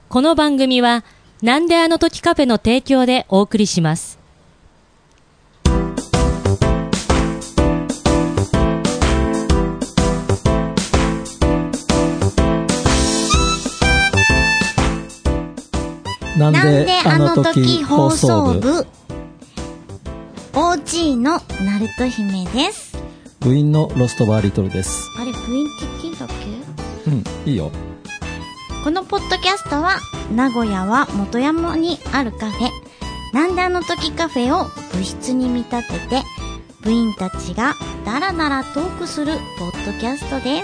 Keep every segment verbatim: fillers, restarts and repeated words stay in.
この番組はなんであの時カフェの提供でお送りします。 なんであの時放送部オージー のナルト姫です。 部員のロストバーリトルです。 あれ部員って言っていいんだっけ？ うん、いいよ。 このポッドキャストは名古屋は元山にあるカフェなんであの時カフェを部室に見立てて部員たちがダラダラトークするポッドキャストです。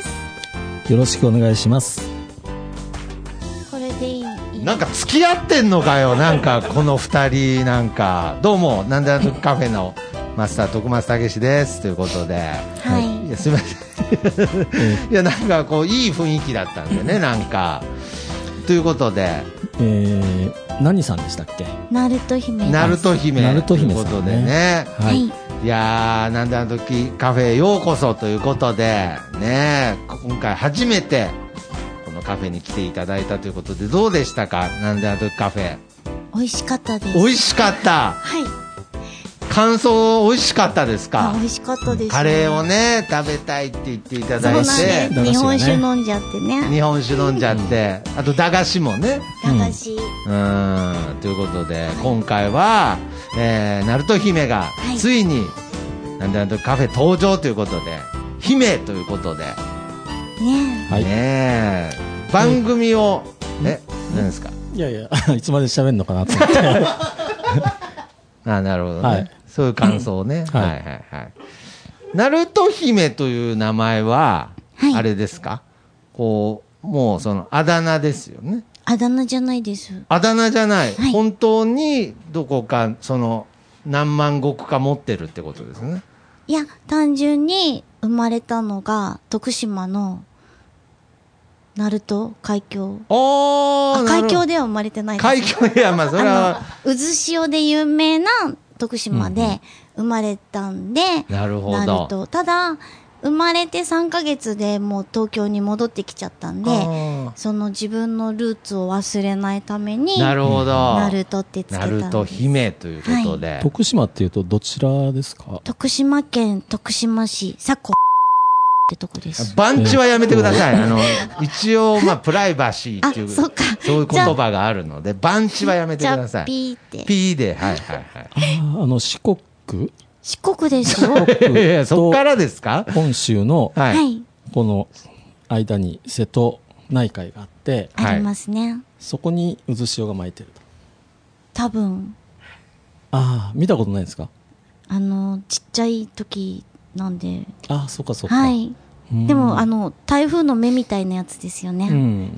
よろしくお願いします。 これでいい？ なんか付き合ってんのかよ。なんかこの二人なんかどうもなんであの時カフェのマスター徳松武史ですということで、 はい、 いやすみませんいやなんかこういい雰囲気だったんでねなんかということで、 えー、何さんでしたっけ？ ナルト姫です。 ナルト姫ナルト姫さんね。 ということでね、 はい、 いやーなんであの時カフェへようこそということでね、今回初めてこのカフェに来ていただいたということでどうでしたか？なんであの時カフェ。 美味しかったです。 美味しかった。 はい。 感想美味しかったですか？ 美味しかったです、ね、 カレーをね食べたいって言っていただいて、 そうなんです。日本酒飲んじゃってね。 日本酒飲んじゃって、うん、あと駄菓子もね。 駄菓子。うん、 うんということで今回は、えー、ナルト姫がついに、はい、なんでなんとカフェ登場ということで姫ということでねえ、はい、ねえ番組を、うん、え何ですか？ いやいやいつまで喋るのかなと思ってあなるほどね、はい、そういう感想ね、うん、はいはいはい。ナルト姫という名前は、はい、あれですか？こうもうそのあだ名ですよね。 あだ名じゃないです。 あだ名じゃない、 はい、 本当にどこかその何万石か持ってるってことですね。 いや単純に生まれたのが徳島の鳴門海峡。あ海峡では生まれてないです。 海峡いやまあそれは渦潮で有名な徳島で生まれたんで、うん、 なるほど。 ただ生まれてさんかげつでもう東京に戻ってきちゃったんで、その自分のルーツを忘れないためになるほどナルトってつけたんです。 ナルト姫ということで、はい、 徳島っていうとどちらですか？ 徳島県徳島市佐古ってとこです。 番地はやめてください。あの一応まあプライバシーっていうそうかそういう言葉があるので番地はやめてください。 ピーってピーではいはいはい。 ああの四国四国ですよ。 いやいやそっからですか？ 本州の、 はい、 この間に瀬戸内海があって、 ありますね。 そこに渦潮が巻いてると。 多分。 ああ見たことないですか？ あのちっちゃい時なんで。 ああそうかそうか。 はい。でもあの台風の目みたいなやつですよね。 うん。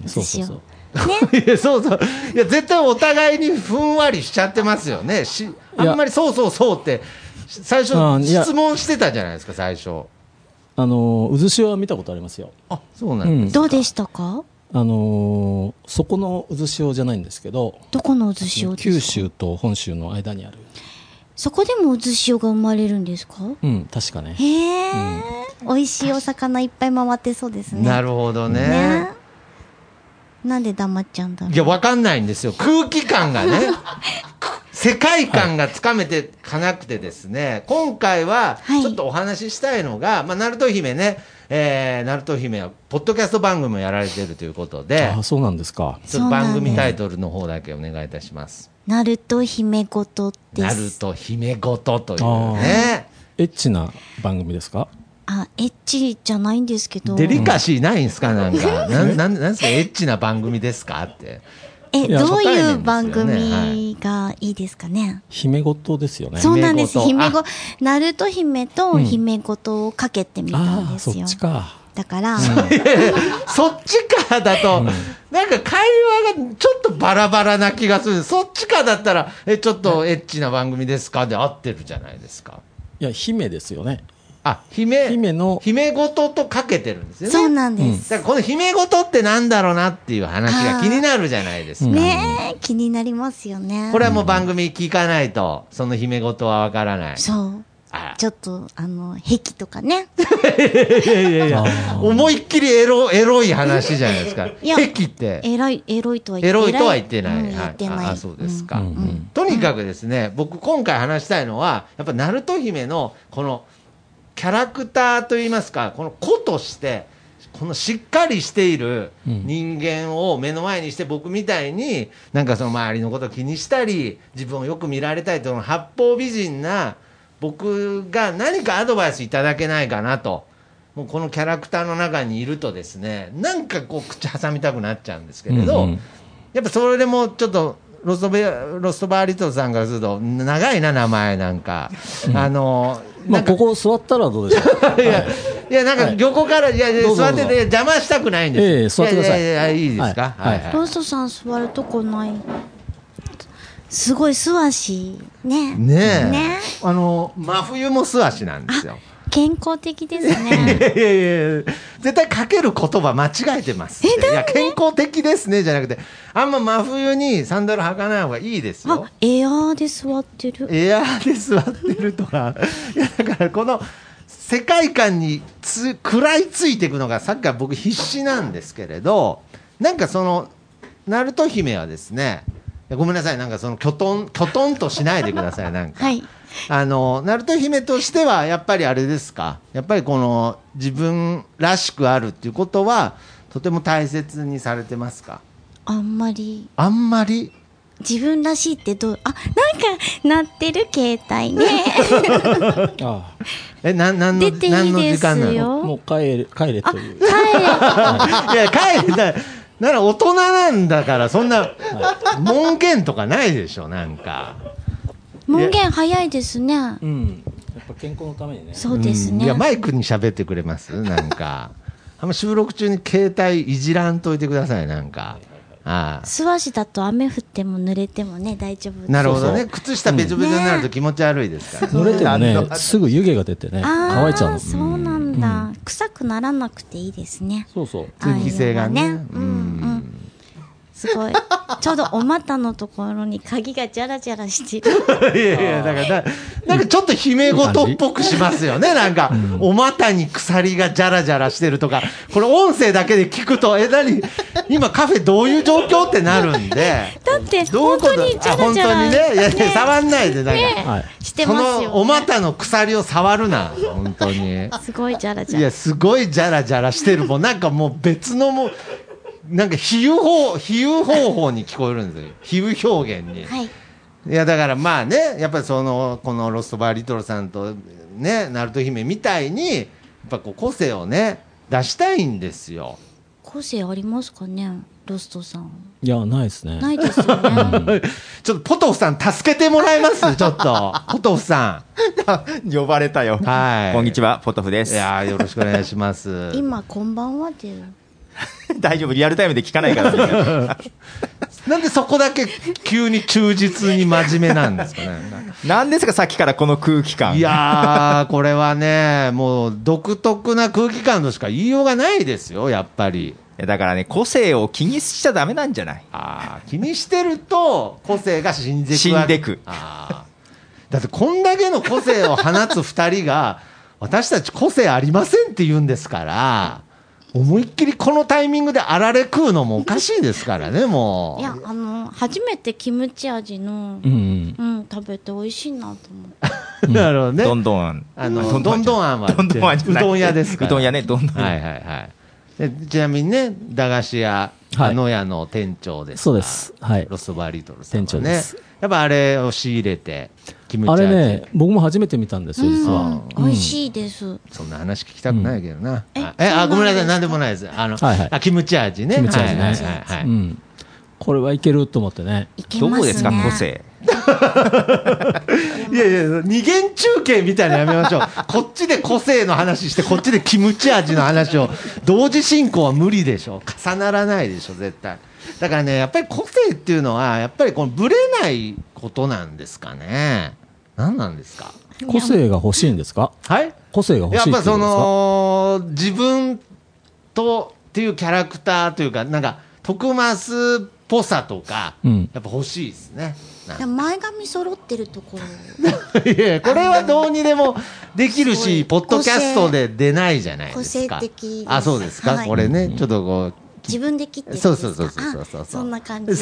そうそうそう。 ね、いやそうそういや絶対お互いにふんわりしちゃってますよね。しあんまりそうそうそうって最初質問してたじゃないですか最初。 あの渦潮は見たことありますよ。 あそうなんですか、 うん、どうでしたか？ あのー、そこの渦潮じゃないんですけど。 どこの渦潮ですか？ 九州と本州の間にある。 そこでも渦潮が生まれるんですか？ うん確かね。 へえ、うん、美味しいお魚いっぱい回ってそうですね。 なるほど ね, ねなんで黙っちゃうんだろう。 いや分かんないんですよ空気感がね世界観がつかめてかなくてですね、今回はちょっとお話ししたいのが、はい、まあ、ナルト姫ね、えー、ナルト姫はポッドキャスト番組もやられているということで。 あそうなんですか。 ちょっと番組タイトルの方だけお願いいたします。 ナルト姫ごとです。 ナルト姫ごとというね。 エッチな番組ですか？ あ、エッチじゃないんですけど。 デリカシーないんですか？なんかな, な, なんですかエッチな番組ですかってえどういう番組がいいですかね？はい、 姫ごとですよね。 そうなんです。姫ごナルト姫と姫ごとをかけてみたんですよ。 うん、あそっちか。 だから、うん、 そっちかだと、うん、なんか会話がちょっとバラバラな気がする。そっちかだったらえちょっとエッチな番組ですかで合ってるじゃないですか。 いや姫ですよね。 あ姫姫の姫ごととかけてるんですよね。 そうなんです。 だからこの姫ごとってなんだろうなっていう話が気になるじゃないですか。 ねえ気になりますよね。 これはもう番組聞かないとその姫ごとはわからない。 そうちょっと、あの、癖とかね。 いやいやいや、思いっきりエロ、エロい話じゃないですか。 いや癖って。 エロい、エロいとは言エロいとは言ってない。 うんはい。 言ってない。 あ、そうですか。 うんうんとにかくですね、僕今回話したいのは、やっぱ、ナルト姫の、この、キャラクターといいますか、この子として、このしっかりしている人間を目の前にして、僕みたいに、なんかその周りのことを気にしたり、自分をよく見られたいという八方美人な、僕が何かアドバイスいただけないかなと。もうこのキャラクターの中にいるとですね、なんかこう口挟みたくなっちゃうんですけれど、 うんうん、 やっぱそれでもちょっとロストベロストバーリトルさんからすると長いな名前なんか、うん、あのまあここ座ったらどうでしょう。 いやいやなんか横から、いやいや座ってて邪魔したくないんですよ。 ええ、座ってください。 いやいやいいですか。 はいはいはい、 ロストさん座るとこない。すごい素足ね。 ねえ。 ね、 あの真冬も素足なんですよ。 健康的ですね。 いやいやいや、絶対かける言葉間違えてますって。いや健康的ですねじゃなくて、あんま真冬にサンダル履かない方がいいですよ。 あ、エアーで座ってる。 エアーで座ってるとか、いやだからこの世界観につ食らいついていくのがさっきから僕必死なんですけれど、なんかそのナルト姫はですね。ごめんなさい、なんかそのきょとんきょとんとしないでください。なんか、はい、あのナルト姫としてはやっぱりあれですか、やっぱりこの自分らしくあるっていうことはとても大切にされてますか？ あんまりあんまり自分らしいってどう、あ、なんか鳴ってる携帯ね。 ああ、 え、な、なんの、何の時間なの？ もう帰れ、帰れという。 帰れ。 いや、帰れだ。なら大人なんだから、そんな門限とかないでしょ、なんか。 門限早いですね。 うん。やっぱ健康のためにね。 そうですね。 いや、マイクに喋ってくれます？なんか。あんま収録中に携帯いじらんといてください、なんか。ああ、 素足だと雨降っても濡れてもね大丈夫です。 なるほどね。靴下べちょべちょになると気持ち悪いですから、 ね、濡れてもねすぐ湯気が出てね乾いちゃうの。 そうなんだ、うん、臭くならなくていいですね。 そうそう、 通気性がね、 うんうん、すごいちょうどお股のところに鍵がジャラジャラしてる。 いやいや、だからなんかちょっと姫事っぽくしますよね。なんか、うん、お股に鎖がジャラジャラしてるとか、これ音声だけで聞くと、え、何今カフェどういう状況ってなるんで。 だって本当にジャラジャラ、 本当にね、いや、ね、触んないで、なんか、 ね、してますよね。 そのお股の鎖を触るな、本当に。 すごいジャラジャラ。 いや、すごいジャラジャラしてる。もうなんかもう別のもう、なんか比喩法、比喩方法に聞こえるんですよ。比喩表現に。 はい。 いやだからまあね、やっぱりそのこのロストバーリトルさんとね、ナルト姫みたいにやっぱこう個性をね出したいんですよ。 個性ありますかね、ロストさん。 いや、ないですね。 ないですよね。 ちょっとポトフさん助けてもらえます？ちょっとポトフさん。呼ばれたよ。はい。こんにちは、ポトフです。 いやよろしくお願いします。 今こんばんはっていう。 大丈夫、リアルタイムで聞かないからね。 なんでそこだけ急に忠実に真面目なんですかね。 なんですか、さっきからこの空気感。 いやー、これはね、もう独特な空気感としか言いようがないですよ、やっぱり。 だからね、個性を気にしちゃダメなんじゃない？ あー、気にしてると個性が死んでく。 死んでく。 あー、だってこんだけの個性を放つ二人が私たち個性ありませんって言うんですから、思いっきりこのタイミングであられ食うのもおかしいですからね。もういや、あの初めてキムチ味の、 うんうんうん、食べて美味しいなと思ってなるほどね。 どんどんあん、 あのどんどんあんはどんどんあんじゃないうどん屋ですから。 うどん屋ね、どんどん屋。 はいはいはい。でちなみにね、駄菓子屋、 はい、 野屋の店長です。 そうです。はい。 ロストバーリトルさん、ね、 店長です。 やっぱあれを仕入れて、キムチあ味。 れね、僕も初めて見たんですよ、実は。 うん、美味しいです。 そんな話聞きたくないけどな。 うん、 え、えあ、ごめんなさい、なんでもないです。あの、はいはい、あ、キムチ味ね。 キムチ味ね。 はいはいはいはい、 うん。これはいけると思ってね。 いけますね。 どうですか、個性。 いやいや、二元中継みたいなのやめましょう。こっちで個性の話して、こっちでキムチ味の話を、同時進行は無理でしょ。重ならないでしょ、絶対。だからね、やっぱり個性っていうのは、やっぱりこのブレないことなんですかね。何なんですか。 個性が欲しいんですか。 はい。 個性が欲しいっていうんですか。 やっぱその、自分とっていうキャラクターというか、なんか、徳マスっぽさとか、 うん、 やっぱ欲しいですね。 前髪揃ってるところいやこれはどうにでもできるし、ポッドキャストで出ないじゃないですか。 個性的です。 あ、そうですか、はい、これね、ちょっとこう自分で切ってるんですか。 そうそうそうそうそう、 そんな感じ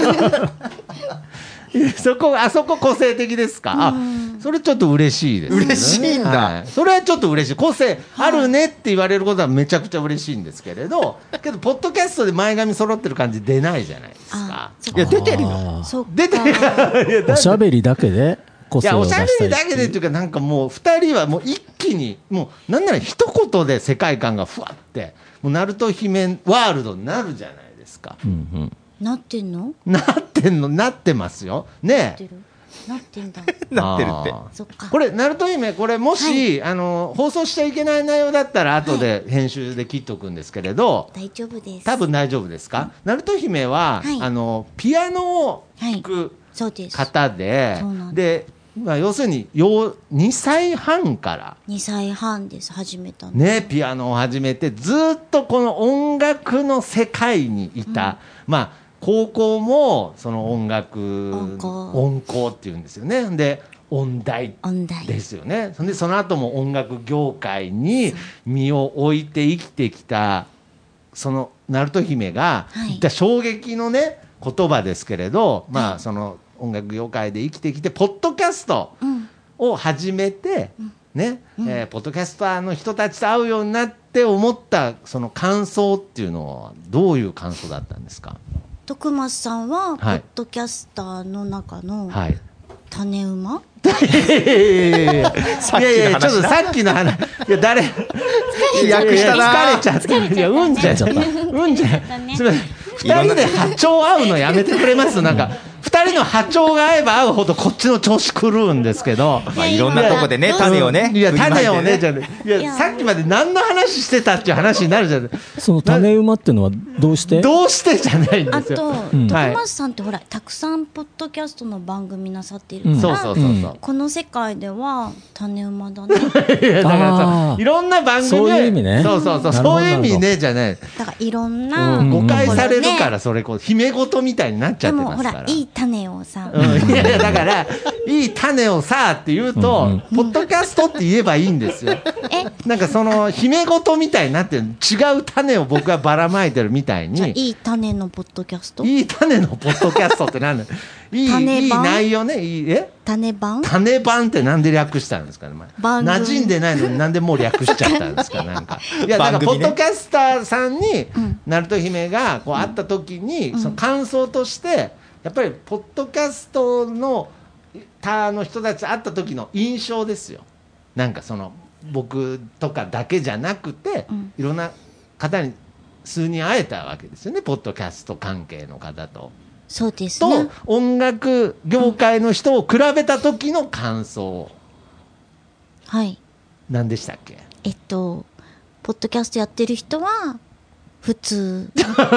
そこ、あそこ個性的ですか。あ、それちょっと嬉しいですね。 嬉しいんだ、 はい、それはちょっと嬉しい。個性あるねって言われることはめちゃくちゃ嬉しいんですけれど、けどポッドキャストで前髪揃ってる感じ出ないじゃないですか。 いや出てるよ。 出てる。 おしゃべりだけで個性を出したい。 いやおしゃべりだけでっていうか、なんかもう二人はもう一気にもうなんなら一言で世界観がふわってもうナルト姫ワールドになるじゃないですか。 うんうん、 なってんの？ なってんの、なってますよ。ねえ。 なってんだ。 なってるって。 そっか。 これ、ナルト姫、これもし、はい、あの、放送しちゃいけない内容だったら、後で編集で切っとくんですけれど、 大丈夫です。 多分大丈夫ですか？ナルト姫は、 はい、 あの、ピアノを弾く方で、 はい、 で、まあ、要するに、にさいはんから。 にさいはんです、始めたの。 ね、ピアノを始めて、ずっとこの音楽の世界にいた。うん、まあ、高校もその音楽音校っていうんですよね。で音大ですよね。そんでその後も音楽業界に身を置いて生きてきたそのナルト姫が言った衝撃のね言葉ですけれど、まあその音楽業界で生きてきてポッドキャストを始めてね、えー、ポッドキャスターの人たちと会うようになって思ったその感想っていうのはどういう感想だったんですか？ 徳松さんは、ポッドキャスターの中の種馬、 いやいやいや、ちょっとさっきの話、いや、誰、 訳したな、 疲れちゃった、いや、うんじゃ、うんじゃ、すみません、二人で波長合うのやめてくれます？なんか、二人の波長が合えば合うほどこっちの調子狂うんですけど、 まあいろんなとこでね、種をね、 いや、種をね、じゃいや、さっきまで何の話してたっていう話になるじゃない。 その種馬っていうのはどうしてどうしてじゃないんですよ。 あと、徳松さんってほら、たくさんポッドキャストの番組なさってるから、この世界では種馬だね。 いや、だからさ、いろんな番組で、 そういう意味ね。 そうそうそう、そういう意味ね、じゃない。 だからいろんな、 誤解されるから、それこう、姫事みたいになっちゃってますから。 でもほら、いい種をさ、 うん、いやいやだからいい種をさって言うと、うんうん、ポッドキャストって言えばいいんですよ。なんかその姫事みたいになってる、違う種を僕がばらまいてるみたいに。 いい種のポッドキャスト、 いい種のポッドキャストって何だよ。いい、いい内容ね。いいえ種版種版ってなんで略したんですかね。馴染んでないのになんでもう略しちゃったんですか。なんかいやだからポッドキャスターさんにナルト姫がこう会った時に、うん、その感想としてやっぱりポッドキャストの他の人たちと会った時の印象ですよ。なんかその僕とかだけじゃなくて、うん、いろんな方に数人会えたわけですよね。ポッドキャスト関係の方と。 そうですね。 と音楽業界の人を比べた時の感想、 うん、はい何でしたっけ？ えっとポッドキャストやってる人は普通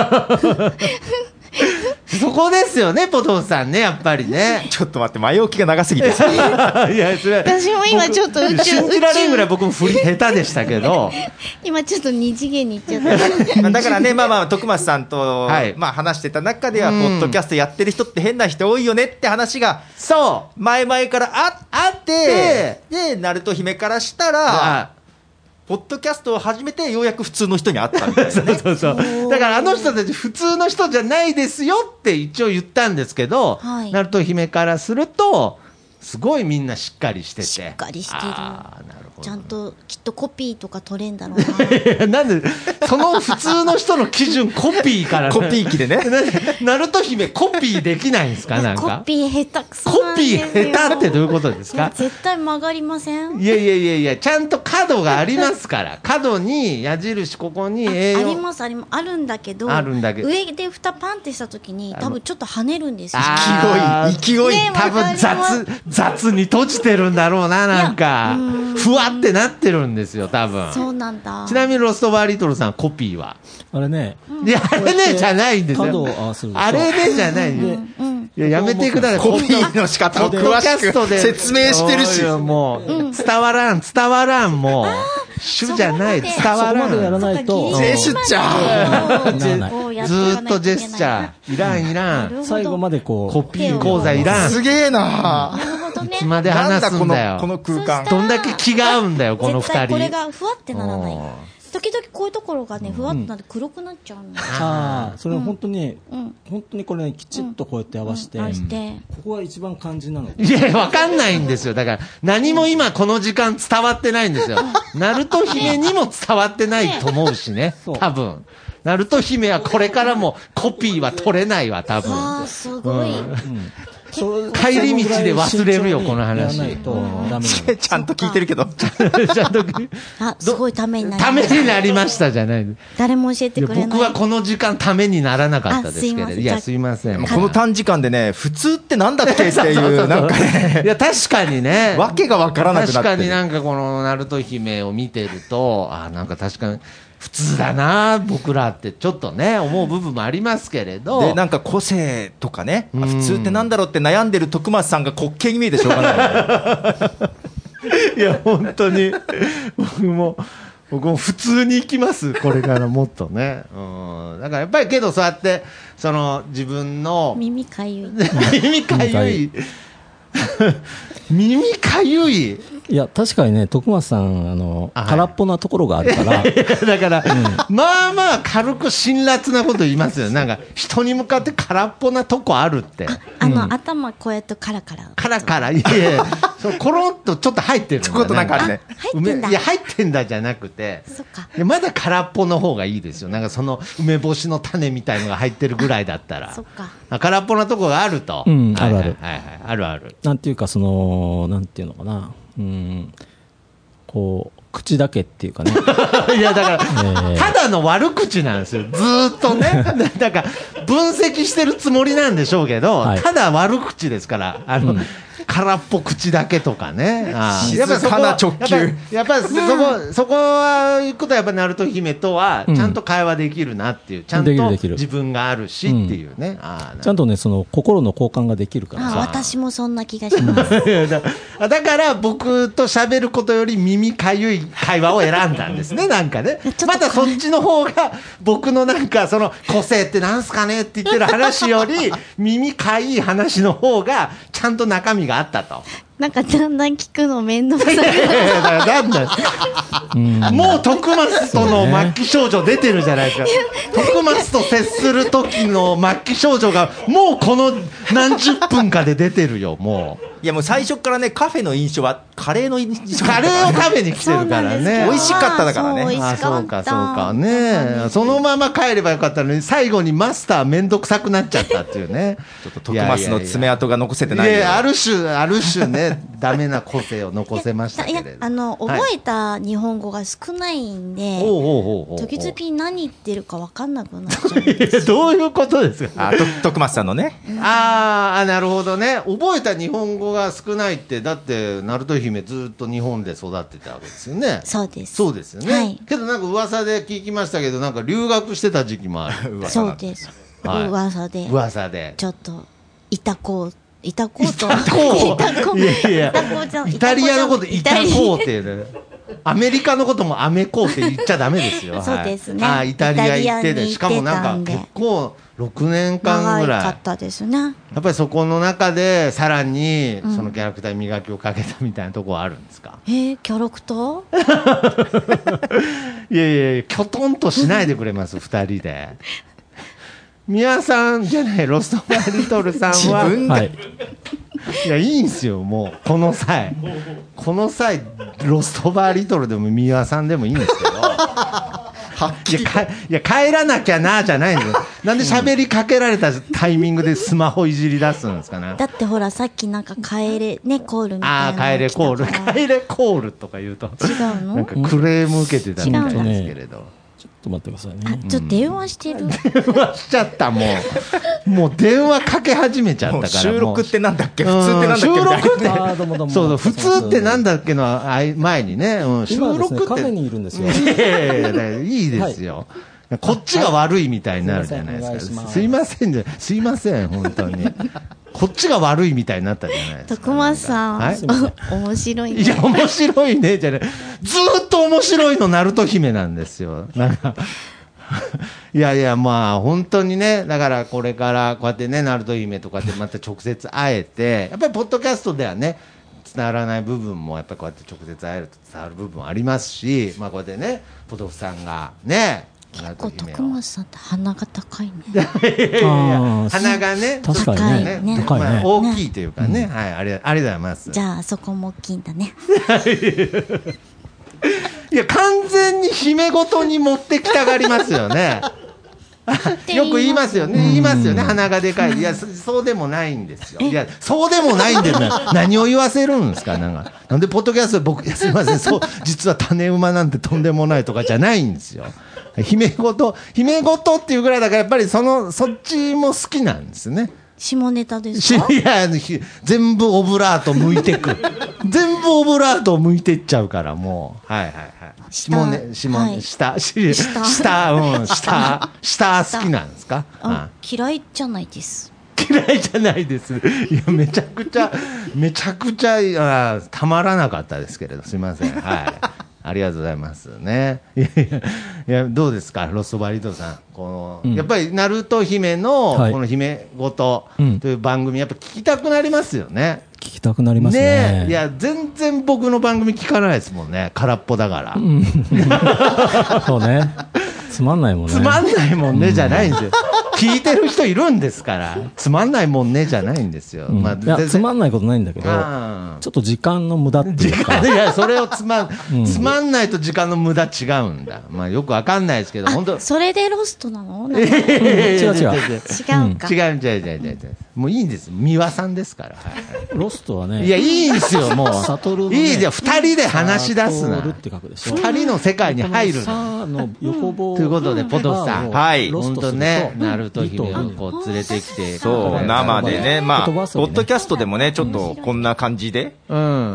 そこですよね、ポトフさんね、やっぱりね。 ちょっと待って、前置きが長すぎていやそれ私も今ちょっと宇宙信じられんぐらい僕も振り下手でしたけど今ちょっと二次元に行っちゃっただからね、まあまあ徳松さんと、はいまあ、話してた中では、うん、ポッドキャストやってる人って変な人多いよねって話がそう前々からああってでナルト姫からしたらポッドキャストを始めてようやく普通の人に会ったみたいな、ね、 そうそうそうだからあの人たち普通の人じゃないですよって一応言ったんですけど、はい、ナルト姫からするとすごいみんなしっかりしててしっかりしてる。 あなるほど、 ちゃんときっとコピーとか取れんだろうななんでその普通の人の基準コピーから、ね、 コピー機でねナルト姫コピーできないんですか？なんかコピー下手くそなんですよ。コピー下手ってどういうことですか？ 絶対曲がりません？ いやいやいやいや、ちゃんと角がありますから角に矢印ここに エーよんあ, ありますありますあるんだけどあるんだけど上で蓋パンってした時に多分ちょっと跳ねるんですよ。 勢い勢い、 ね、 多分雑雑に閉じてるんだろうな。なんかふわってなってるんですよ多分。 そうなんだ。 ちなみにロストバーリトルさんコピーはあれね、 いやあれねじゃないんですよ。 角を合わせるあれねじゃないんで、うん、いややめてください。 コピーの仕方を詳しく説明してるしもう伝わらん伝わらんもう主じゃない、伝わらそこまでやらないと。 ジェスチャー。 ずーっとジェスチャー。いらんいらん。 最後までこう。 コピー講座いらん。 すげえな。 なるほどね。 いつまで話すんだよ。 この空間。 どんだけ気が合うんだよ、この二人。 絶対これがふわってならない。時々こういうところがね、ふわっとなって黒くなっちゃうんだよ。 ああ、それは本当に、 うん、 本当にこれね、きちっとこうやって合わせて、うんうん、ここが一番肝心なの。 いや、わかんないんですよ。だから、何も今この時間伝わってないんですよ。ナルト姫にも伝わってないと思うしね。多分。ナルト姫はこれからもコピーは取れないわ、多分。 ああ、すごい。うん帰り道で忘れるよ、この話。 ちゃんと聞いてるけど。 ちゃんとあ、すごいためになりました。ためになりましたじゃない。 誰も教えてくれない。 僕はこの時間ためにならなかったですけれど。いや、すいません。 この短時間でね、普通ってなんだっけっていう、なんかね。 いや、確かにね。 わけがわからなくなってる。 確かになんかこのナルト姫を見てると、あ、なんか確かに、普通だな僕らってちょっとね思う部分もありますけれど、 でなんか個性とかね、うん、普通ってなんだろうって悩んでる徳松さんが滑稽に見えてしょうがないいや本当に僕も僕も普通に行きますこれからもっとね、うん、だからやっぱりけどそうやってその自分の耳かゆい耳かゆい耳かゆいいや確かにね徳松さんあの、はい、空っぽなところがあるからだから、うん、まあまあ軽く辛辣なこと言いますよなんか人に向かって空っぽなとこあるってああの、 うん、 頭こうやってカラカラカラカラいやいやそうコロンとちょっと入ってるんだちょこっとなんかあるね入ってんだいや入ってんだじゃなくてそっかまだ空っぽの方がいいですよなんかその梅干しの種みたいのが入ってるぐらいだったらそっか空っぽなとこがあると、 うん、あるある、 はいはいはい、あるあるなんていうかそのなんていうのかなうんこう口だけっていうかねいやだから、えー、ただの悪口なんですよずーっとねだから分析してるつもりなんでしょうけど、はい、ただ悪口ですからあの、うん空っぽ口だけとかねあ静かな直球やっぱりそこそこは行くとやっぱナルト姫とはちゃんと会話できるなっていう、うん、ちゃんと自分があるしっていうね、うん、 あちゃんとねその心の交換ができるからあ私もそんな気がしますだ, だから僕と喋ることより耳かゆい会話を選んだんですねなんかねまたそっちの方が僕のなんかその個性ってなんすかねって言ってる話より耳かゆい話の方がちゃんと中身があったとなんかだんだん聞くの面倒くさいなんだもう徳松との末期症状出てるじゃないですか徳松と接する時の末期症状がもうこの何十分かで出てるよもういやもう最初からねカフェの印象はカレーの印象カレーをカフェに来てるからね美味しかっただからねあそうかそうかねそのまま帰ればよかったのに最後にマスターめんどくさくなっちゃったっていうねちょっと徳松の爪痕が残せてないよいやある種ある種ねダメな個性を残せましたけれどいやあの覚えた日本語が少ないんで、はい、時々何言ってるか分かんなくなっちゃうんですどういうことですかあ徳松さんのね、 うん、ああなるほどね覚えた日本語が少ないってだってナルト姫ずっと日本で育ってたわけですよねそうですそうですよね、 はい、 けどなんか噂で聞きましたけどなんか留学してた時期もあるそうです、はい、噂で噂でちょっといたこういたこうといたこういやいやイタリアのこといたこうってねアメリカのこともアメコーって言っちゃダメですよそうですね、 はい、あイタリア行っててしかもなんか結構ろくねんかんぐらい長かったですねやっぱりそこの中でさらにそのキャラクターに磨きをかけたみたいなところはあるんですか、 うん、えー、キャラクターいやいやきょとんとしないでくれますふたりで宮さんじゃないロストバーリトルさんは自分が、はい、 いやいいんすよもうこの際この際ロストバーリトルでも宮さんでもいいんですけどいやかいや帰らなきゃなじゃないんですよなんで喋りかけられたタイミングでスマホいじり出すんですかねだってほらさっきなんか帰れねコールみたいなああ帰れコール帰れコールとか言うと違うのなんかクレーム受けてたみたいですけれどちょっと待ってくださいねあちょっと電話してる、うん、 電話しちゃったもうもう電話かけ始めちゃったから収録ってなんだっけ普通ってなんだっけ収録ってあどうもどうもそうそう普通ってなんだっけの前にね、うん、収録って、 ね、カフェにいるんですよいやいやいいですよ、はい、こっちが悪いみたいになるじゃないですか、はい、すいませんじゃすいません本当にこっちが悪いみたいになったじゃないですか。 徳松さん、 はい、 面白いね。 いや、面白いねじゃない。ずーっと面白いのナルト姫なんですよ。なんかいやいや、まあ本当にね、だからこれからこうやってね、ナルト姫とかってまた直接会えて、やっぱりポッドキャストではね、伝わらない部分もやっぱりこうやって直接会えると伝わる部分ありますし、まあこうやってね、ポトフさんがね、 結構徳松さんって鼻が高いね。 いやいやいや、鼻がね、 確かにね、 ね高いね、 まあ、大きいというかね、うん、はい、ありがとうございます。 じゃあそこも大きいんだね。 いや、完全に姫ごとに持ってきたがりますよね。よく言いますよね、言いますよね、鼻がでかい。いや、そうでもないんですよ。いや、そうでもないんですよ。何を言わせるんですか、なんか。なんで、ポッドキャストで僕、いや、すみません、そう、実は種馬なんてとんでもないとかじゃないんですよ。姫ごと、姫ごとっていうぐらいだから、やっぱりその、そっちも好きなんですね。 下ネタですか？ いや、全部オブラート向いてく。全部オブラート向いてっちゃうから、もう。はいはいはい。下ね、下ね、下、下、下、うん、下、下好きなんですか？ あ、嫌いじゃないです。 嫌いじゃないです。いや、めちゃくちゃ、めちゃくちゃ、あ、たまらなかったですけれど、すみません。はい。ありがとうございますね。いやいや、いや、どうですか、ロストバリドさん。この、うん、やっぱり、ナルト姫の、この姫ごとという番組、やっぱ聞きたくなりますよね。 聞きたくなりますね。 ね、いや、全然僕の番組聞かないですもんね。空っぽだから。うん、 そうね。つまんないもんね。 つまんないもんね、じゃないんですよ。聞いてる人いるんですから、つまんないもんねじゃないんですよ。うん、まあ、 いや、つまんないことないんだけど、ちょっと時間の無駄っていうか。 いや、それをつまん、うん、つまんないと時間の無駄違うんだ。まあ、よくわかんないですけど、本当。 それでロストなの？ 違う違う。違う違うか。 違う違う違う違う。もういいんです。三輪さんですから。はい、 ロストはね。 いや、いいんですよ、もう。 サトルの、ね。 いいじゃん、二人で話し出すな。 二人の世界に入るな。の横棒。 ということで、ポトフさん。 はい。 本当ね、ナルト姫をこう連れてきて。 そう、生でね。まあ、ポッドキャストでもね、ちょっとこんな感じで。うん。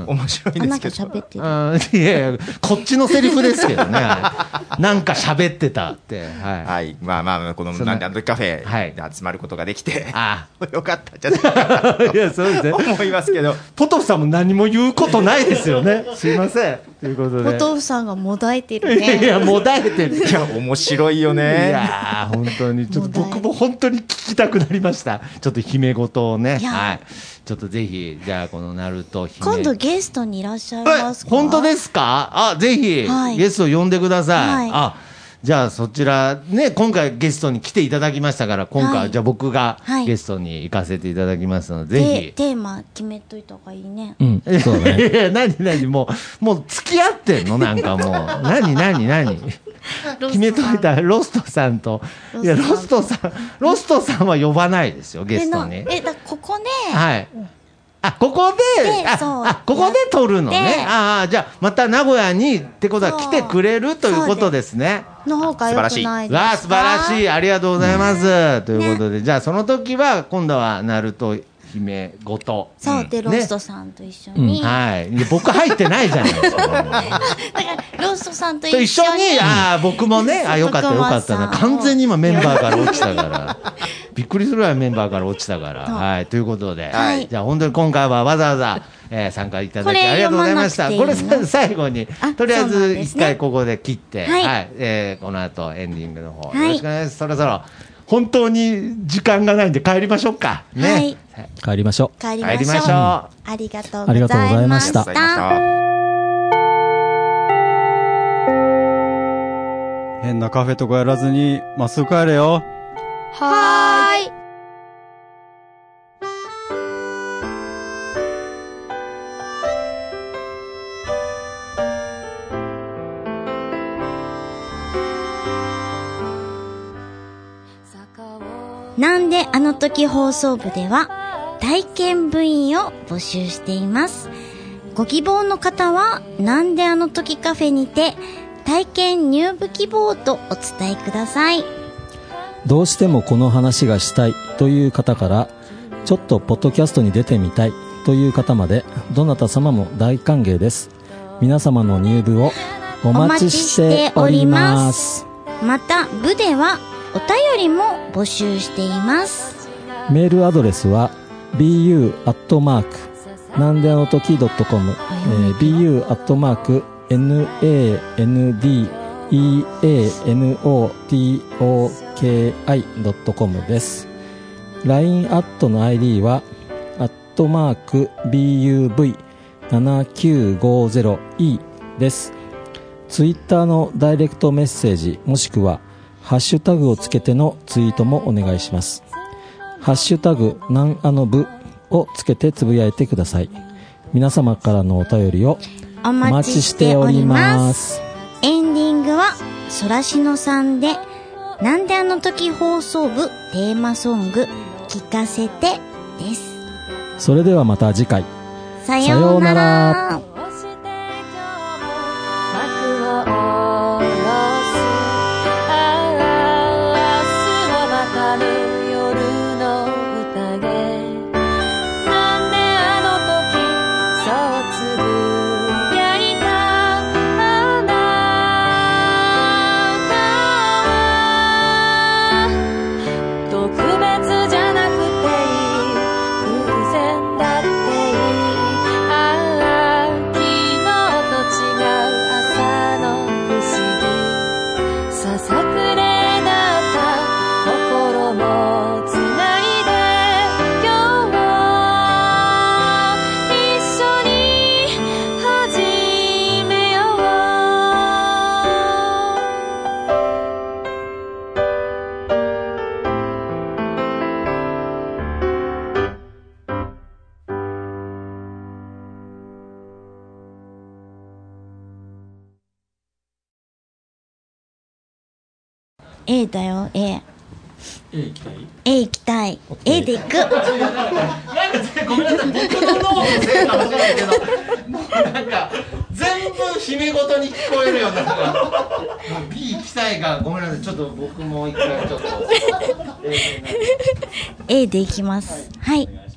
面白いんですけど。 なんか喋ってる。 いやいや、こっちのセリフですけどね。なんか喋ってたって。はい。 はい。まあまあ、このなんであの時カフェで集まることができて。 ああ。よかったじゃないかなと。 いや、そうですね。 思いますけど。 ポトフさんも何も言うことないですよね。すいません。ということで。 ポトフさんがもだえてるね。 いや、もだえてる。 いや、面白いよね。 いやー、本当に、ちょっと僕も本当に聞きたくなりました。ちょっと姫ごとをね。はい。ちょっとぜひ、じゃあ、このナルト姫。 今度ゲストにいらっしゃいますか？ 本当ですか？あ、ぜひ、はい、ゲスト呼んでください。はい、あ、じゃあそちらね、今回ゲストに来ていただきましたから、今回はじゃあ僕がゲストに行かせていただきますので、はい、ぜひテーマ決めといた方がいいね。 うん、そうね。 いや、何何もうもう付き合ってんのなんかもう何何何決めといたロストさんと、いやロストさんロストさんは呼ばないですよゲストに。 え、だここね。 はい。あ、ここで、あ、あ、ここで撮るのね。ああ、じゃあ、また名古屋に、ってことは来てくれるということですね。 の方が良くないですか？ わあ、素晴らしい。ありがとうございます。うん、ということで、ね、じゃあ、その時は、今度は、ナルト姫ごと。 そう、で、ロストさんと一緒に。 ね、うん、はい。僕入ってないじゃないですか。だから、 ロストさんと一緒に。 と一緒に、ああ、僕もね、あ、よかったよかったな。完全に今メンバーから落ちたから。びっくりするぐらいメンバーから落ちたから。はい。ということで、はい、じゃあ本当に今回はわざわざ、えー、参加いただきありがとうございました。これ最後に、とりあえず一回ここで切って、はい、はい、えー、この後エンディングの方、よろしくお願いします。そろそろ、本当に時間がないんで帰りましょうか。ね。はい、 帰りましょう。 帰りましょう。帰りましょう。ありがとうございました。 ありがとうございました。 変なカフェとかやらずに、まっすぐ帰れよ。 はーい。なんであの時放送部では体験部員を募集しています。ご希望の方はなんであの時カフェにて体験入部希望とお伝えください。 どうしてもこの話がしたいという方から、ちょっとポッドキャストに出てみたいという方まで、どなた様も大歓迎です。皆様の入部をお待ちしております。 また部ではお便りも募集しています。 メールアドレスはビーユー アットマークなんであの時 .com、えー、ビーユー アットマーク ナンディアノトキ .com です。 ライン アットの アイディー はアットマーク ビーユーブイななきゅうごゼロイー です。ツイッターのダイレクトメッセージもしくはハッシュタグをつけてのツイートもお願いします。ハッシュタグなんあの部をつけてつぶやいてください。皆様からのお便りをお待ちしております。エンディングはソラシノさんでなんであの時放送部テーマソング聞かせてです。 それではまた次回。 さようなら。A だよ A。 A 行きたい A 行きたい A で行く。なんかごめんなさい、僕の脳のせいかもしれないけどもうなんか全部姫ごとに聞こえるようになったからもう B 行きたいがごめんなさい、ちょっと僕も一回ちょっと A で行きます。はい。